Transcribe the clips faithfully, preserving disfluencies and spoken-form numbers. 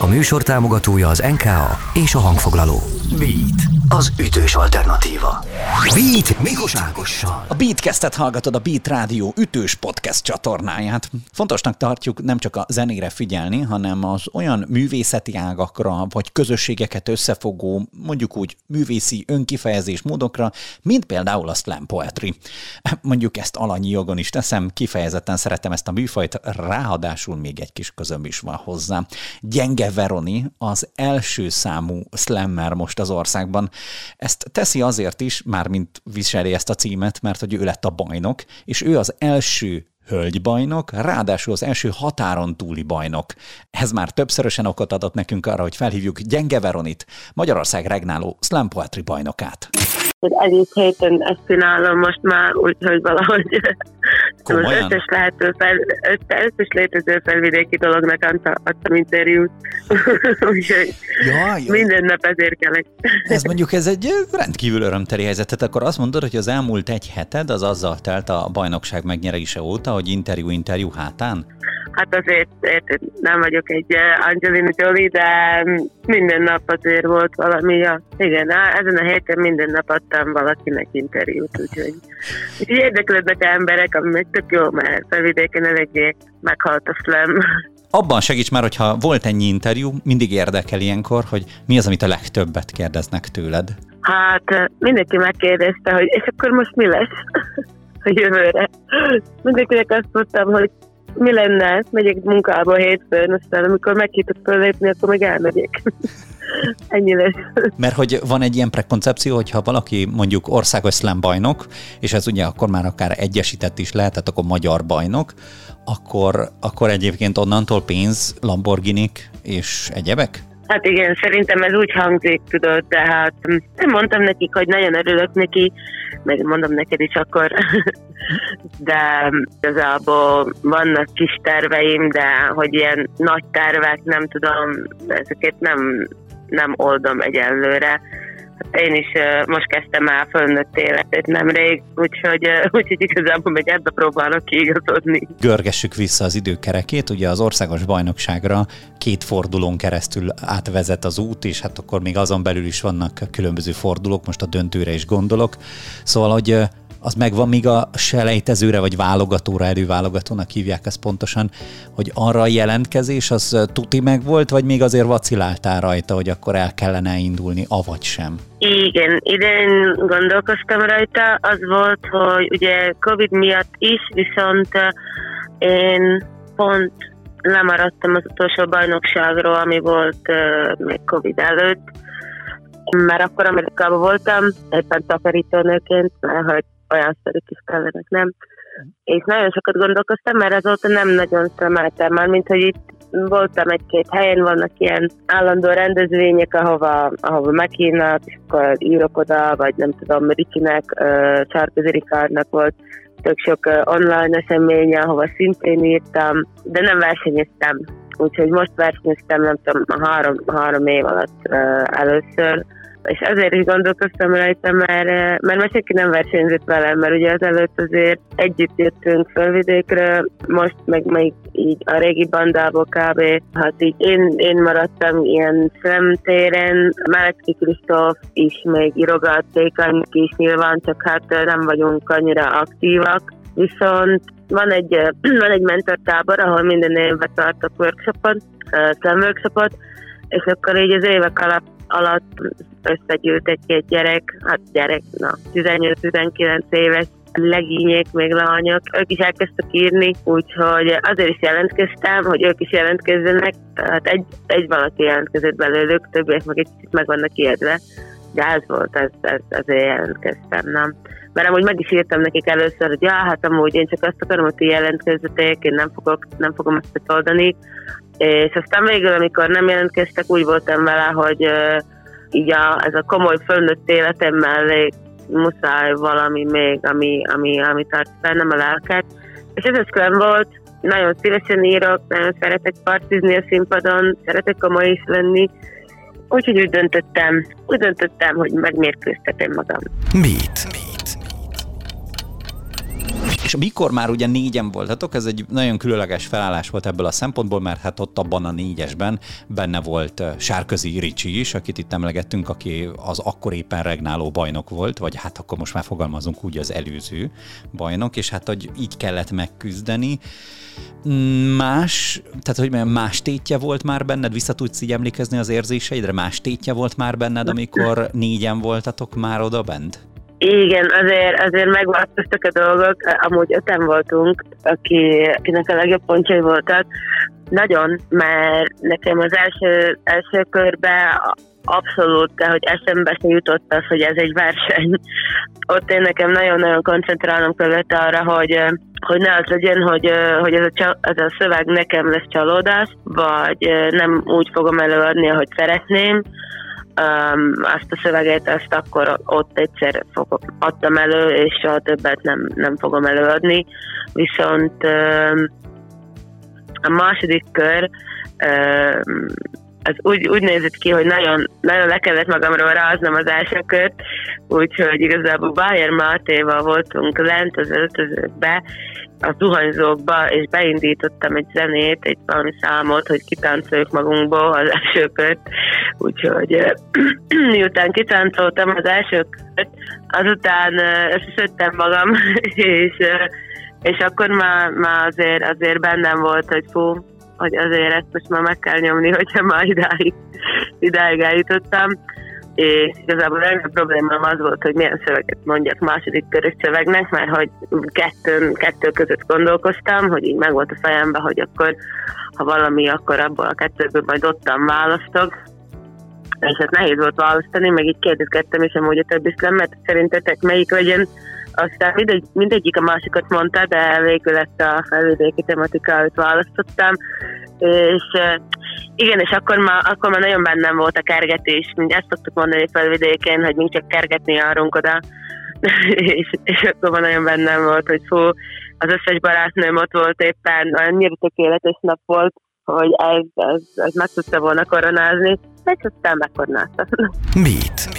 műsor támogatója az en ká á és a hangfoglaló. Beat, az ütős alternatíva. Beat Mikos Ágossal. A Beatcastet hallgatod, a Beat Rádió ütős podcast csatornáját. Fontosnak tartjuk nem csak a zenére figyelni, hanem az olyan művészeti ágakra, vagy közösségeket összefogó, mondjuk úgy művészi önkifejezés módokra, mint például a slam poetry. Mondjuk ezt alanyi jogon is teszem, kifejezetten szeretem ezt a műfajt, ráadásul még egy kis közöm is van hozzá. Gyenge Veroni az első számú slammer most az országban. Ezt teszi azért is, mármint viseli ezt a címet, mert hogy ő lett a bajnok, és ő az első hölgybajnok, ráadásul az első határon túli bajnok. Ez már többszörösen okot adott nekünk arra, hogy felhívjuk Gyenge Veronit, Magyarország regnáló slam poetry bajnokát. Egész héten ezt csinálom most már, úgyhogy valahogy az összes lehető fel, összes létező felvidéki dolognak adtam interjút. Úgyhogy Jaj, minden nap ezért kellek. Ez mondjuk ez egy rendkívül örömteli helyzet. Tehát akkor azt mondod, hogy az elmúlt egy heted az azzal telt a bajnokság megnyerése óta, hogy interjú-interjú hátán? Hát azért érted, nem vagyok egy Angelina Jolie, de minden nap azért volt valami. Ja, igen, ezen a héten minden nap adtam valakinek interjút, úgyhogy, úgyhogy érdeklődnek emberek, ami meg tök jó, mert felvidéken eléggé meghalt a slam. Abban segíts már, hogyha volt ennyi interjú, mindig érdekel ilyenkor, hogy mi az, amit a legtöbbet kérdeznek tőled? Hát mindenki megkérdezte, hogy és akkor most mi lesz a jövőre. Mindenkinek azt mondtam, hogy mi lenne, megyek munkába hétfőn, aztán amikor meghívtak fölépni, akkor meg elmegyek. Ennyi lesz. Mert hogy van egy ilyen prekoncepció, hogyha valaki mondjuk országos slam bajnok, és ez ugye akkor már akár egyesített is lehet, tehát akkor magyar bajnok, akkor, akkor egyébként onnantól pénz, Lamborghinik és egyebek? Hát igen, szerintem ez úgy hangzik, tudod, tehát nem mondtam nekik, hogy nagyon örülök neki, meg mondom neked is akkor, de igazából vannak kis terveim, de hogy ilyen nagy tervek, nem tudom, ezeket nem, nem oldom egyelőre. Hát én is uh, most kezdtem el fölnőtt életet nemrég, úgyhogy, uh, úgyhogy igazából még ebbe próbálok kiigazodni. Görgessük vissza az időkerekét, ugye az országos bajnokságra két fordulón keresztül átvezet az út, és hát akkor még azon belül is vannak különböző fordulók, most a döntőre is gondolok. Szóval, hogy uh, az megvan még a selejtezőre, vagy válogatóra, előválogatónak hívják ezt pontosan, hogy arra a jelentkezés az tuti meg volt, vagy még azért vaciláltál rajta, hogy akkor el kellene indulni, avagy sem? Igen, idén gondolkoztam rajta, az volt, hogy ugye Covid miatt is, viszont én pont lemaradtam az utolsó bajnokságról, ami volt uh, még Covid előtt, mert akkor Amerikában voltam, éppen takarítónőként, mert hogy olyan szoruk is kellenek, nem? És nagyon sokat gondolkoztam, mert azóta nem nagyon szemeltem már, mint hogy itt voltam egy-két helyen, vannak ilyen állandó rendezvények, ahova, ahova meghívnak, és akkor írok oda, vagy nem tudom, Ricsinek, uh, Sarközi Rikardnak volt tök sok uh, online eseménye, ahova szintén írtam, de nem versenyeztem. Úgyhogy most versenyeztem, nem tudom, három, három év alatt uh, először, és azért is gondolkoztam rajta, mert, mert már senki nem versenyzett velem, mert ugye az előtt azért együtt jöttünk Fölvidékről, most meg még így a régi bandából kb. Hát így én, én maradtam ilyen szemtéren, Melecki Kristóf is még írogat, Tékanyik is nyilván, csak hát nem vagyunk annyira aktívak. Viszont van egy, van egy mentortábor, ahol minden évben tartok workshopot, slam workshopot, és akkor így az évek alatt alatt összegyűlt egy-két gyerek, hát gyerek, na, tizennyolc-tizenkilenc éves legények, még lányok, ők is elkezdtek írni, úgyhogy azért is jelentkeztem, hogy ők is jelentkezzenek, hát egy, egy valaki jelentkezett belőlük, többiek meg egy kicsit meg vannak ijedve, de ez volt, ez, ez, ezért jelentkeztem, nem? Mert amúgy meg is írtam nekik először, hogy ja, hát amúgy én csak azt akarom, hogy ti jelentkezzetek, én nem, fogok, nem fogom ezt oldani, és aztán végül, amikor nem jelentkeztek, úgy voltam vele, hogy uh, így a, ez a komoly fölnőtt életem mellé muszáj valami még, ami, ami, ami tart bennem a lelket. És ez a slam volt, nagyon szívesen írok, nagyon szeretek partizni a színpadon, szeretek komoly is lenni, úgyhogy úgy döntöttem, úgy döntöttem, hogy megmérkőztetem magam. Beat. És mikor már ugye négyen voltatok, ez egy nagyon különleges felállás volt ebből a szempontból, mert hát ott abban a négyesben benne volt Sárközi Ricsi is, akit itt emlegettünk, aki az akkor éppen regnáló bajnok volt, vagy hát akkor most már fogalmazunk úgy, az előző bajnok, és hát hogy így kellett megküzdeni. Más, tehát hogy mondjam, más tétje volt már benned, vissza tudsz így emlékezni az érzéseidre, más tétje volt már benned, amikor négyen voltatok már oda bent? Igen, azért, azért megváltoztak a dolgok, amúgy öten voltunk, aki, akinek a legjobb pontjai voltak. Nagyon, mert nekem az első, első körben abszolút, de hogy eszembe se jutott az, hogy ez egy verseny. Ott én nekem nagyon-nagyon koncentrálnom kellett arra, hogy, hogy ne az legyen, hogy, hogy ez, a, ez a szöveg nekem lesz csalódás, vagy nem úgy fogom előadni, ahogy szeretném. Um, azt a szöveget, azt akkor ott egyszer fogom, adtam elő, és soha többet nem, nem fogom előadni. Viszont um, a második kör um, az úgy, úgy nézett ki, hogy nagyon, nagyon le kellett magamról ráznom az első kört, úgyhogy igazából Bájer Mátéval voltunk lent az öltözőkbe, a zuhanyzókba, és beindítottam egy zenét, egy valami számot, hogy kitáncoljuk magunkból az első kört. Úgyhogy miután kitáncoltam az első kört, azután összeszedtem magam, és, és akkor már, már azért, azért bennem volt, hogy fú, hogy azért ezt most már meg kell nyomni, hogyha már idáig, idáig eljutottam. És igazából a problémám az volt, hogy milyen szöveget mondjak második körös szövegnek, mert hogy kettő, kettő között gondolkoztam, hogy így meg volt a fejemben, hogy akkor, ha valami, akkor abból a kettőből majd ottan választok. És hát nehéz volt választani, meg így kérdezgettem is amúgy a többi szlemmet, szerintetek melyik legyen. Aztán mindegy, mindegyik a másikat mondta, de végül ezt a felvidéki tematikát választottam. És igen, és akkor már, akkor már nagyon bennem volt a kergetés. Ezt szoktuk mondani felvidéken, hogy mind csak kergetni járunk oda. és, és akkor már nagyon bennem volt, hogy fú, az összes barátnőm ott volt éppen, annyira tökéletes nap volt, hogy ez, ez, ez meg tudta volna koronázni, és aztán megkoronázta. Beat.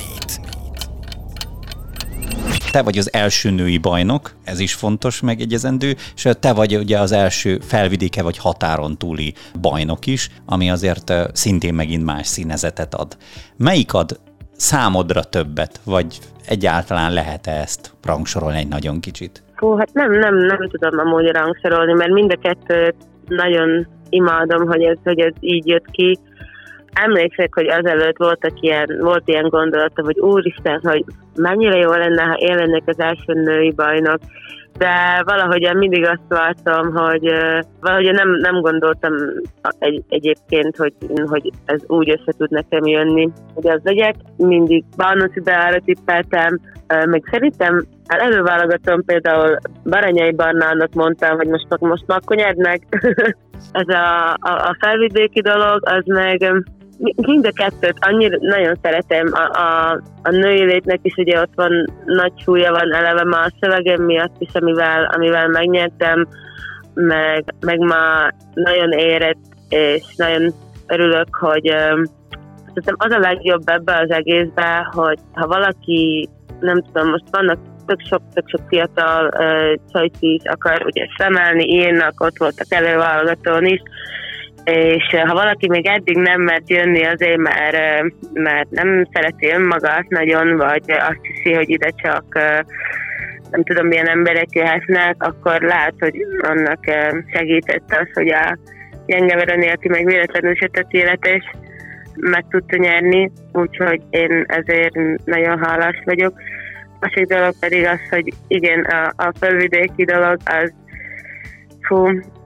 Te vagy az első női bajnok, ez is fontos megjegyezendő, és te vagy ugye az első felvidéke vagy határon túli bajnok is, ami azért szintén megint más színezetet ad. Melyik ad számodra többet, vagy egyáltalán lehet-e ezt rangsorolni egy nagyon kicsit? Hú, hát nem, nem, nem tudom amúgy rangsorolni, mert mind a kettőt nagyon imádom, hogy ez, hogy ez így jött ki. Emlékszek, hogy azelőtt voltak ilyen, volt ilyen gondolata, hogy úristen, hogy mennyire jó lenne, ha én lennék az első női bajnok, de valahogyan mindig azt vártam, hogy uh, valahogyan nem, nem gondoltam egy, egyébként, hogy, hogy ez úgy össze tud nekem jönni, hogy az legyek. Mindig Bánóci Beára tippeltem, uh, meg szerintem előválogatom például Baranyai Barnának mondtam, hogy most, most makkonyád ez a, a, a felvidéki dolog, az meg mind a kettőt annyira nagyon szeretem. A, a, a női létnek is ugye ott van, nagy súlya van eleve már a szövegem miatt is, amivel, amivel megnyertem, meg, meg már nagyon érett, és nagyon örülök, hogy um, az a legjobb ebbe az egészbe, hogy ha valaki, nem tudom, most vannak tök sok, tök sok fiatal uh, csajci is akar ugye szemelni, írnak, ott voltak előválogatón is, és uh, ha valaki még eddig nem mert jönni azért, mert, uh, mert nem szereti önmagát nagyon, vagy azt hiszi, hogy ide csak uh, nem tudom milyen emberek jöhetnek, akkor lehet, hogy annak uh, segített az, hogy a Gyenge Veroni, aki meg véletlenül se tett életes, meg tudta nyerni, úgyhogy én ezért nagyon hálás vagyok. A másik dolog pedig az, hogy igen, a, a felvidéki dolog az, fú,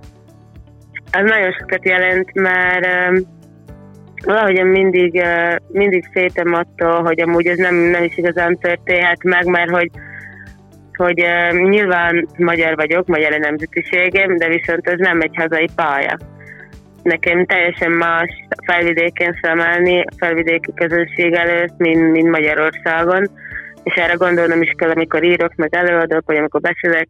az nagyon sokat jelent, mert um, valahogyan mindig, uh, mindig féltem attól, hogy amúgy ez nem, nem is igazán történhet meg, mert hogy, hogy uh, nyilván magyar vagyok, magyar a nemzetiségem, de viszont ez nem egy hazai pálya. Nekem teljesen más felvidéken szemelni, a felvidéki közönség előtt, mint, mint Magyarországon, és erre gondolnom is kell, amikor írok, meg előadok, vagy amikor beszélek.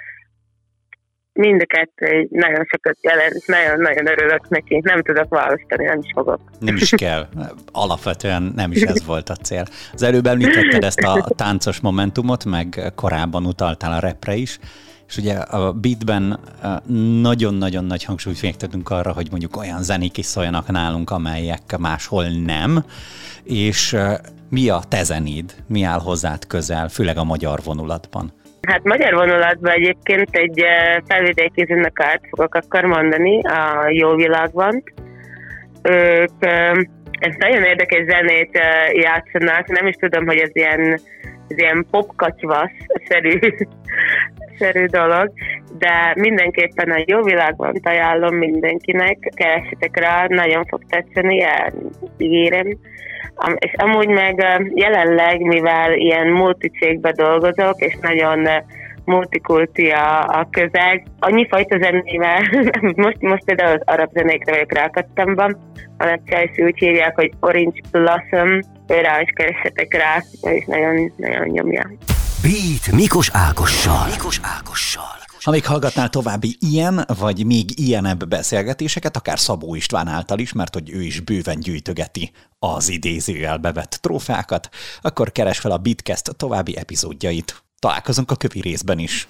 Mind a kettő nagyon sokat jelent, nagyon-nagyon örülök neki. Nem tudok választani, nem is fogok. Nem is kell. Alapvetően nem is ez volt a cél. Az előbb említetted ezt a táncos momentumot, meg korábban utaltál a rapre is, és És ugye a beatben nagyon-nagyon nagy hangsúlyt fektetünk arra, hogy mondjuk olyan zenék is szóljanak nálunk, amelyek máshol nem, és mi a te zenéd, mi áll hozzád közel, főleg a magyar vonulatban? Hát magyar vonulatban egyébként egy felvidéki zenekart fogok akkor mondani, a Jó Világban. Ők ez nagyon érdekes zenét játszanak, nem is tudom, hogy ez ilyen, ez ilyen popkatyvasz-szerű szerű dolog, de mindenképpen a Jó Világban ajánlom mindenkinek, keressetek rá, nagyon fog tetszeni, ígérem. És amúgy meg jelenleg, mivel ilyen multicégben dolgozok, és nagyon multikulti a, a közeg, annyi fajta zenével, most, most például az arab zenékre vagyok rákattamban, a Chelsea úgy hívják, hogy Orange Blossom, őrá is keressetek rá, és nagyon, nagyon nyomja. Beat Mikos Ákossal. Mikos Ákossal. Ha még hallgatnál további ilyen, vagy még ilyenebb beszélgetéseket, akár Szabó István által is, mert hogy ő is bőven gyűjtögeti az idézőjelbe vett trófákat, akkor keresd fel a Beatcast további epizódjait. Találkozunk a kövi részben is.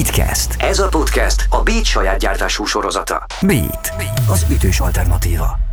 Beatcast. Ez a podcast a Beat saját gyártású sorozata. Beat, az ütős alternatíva.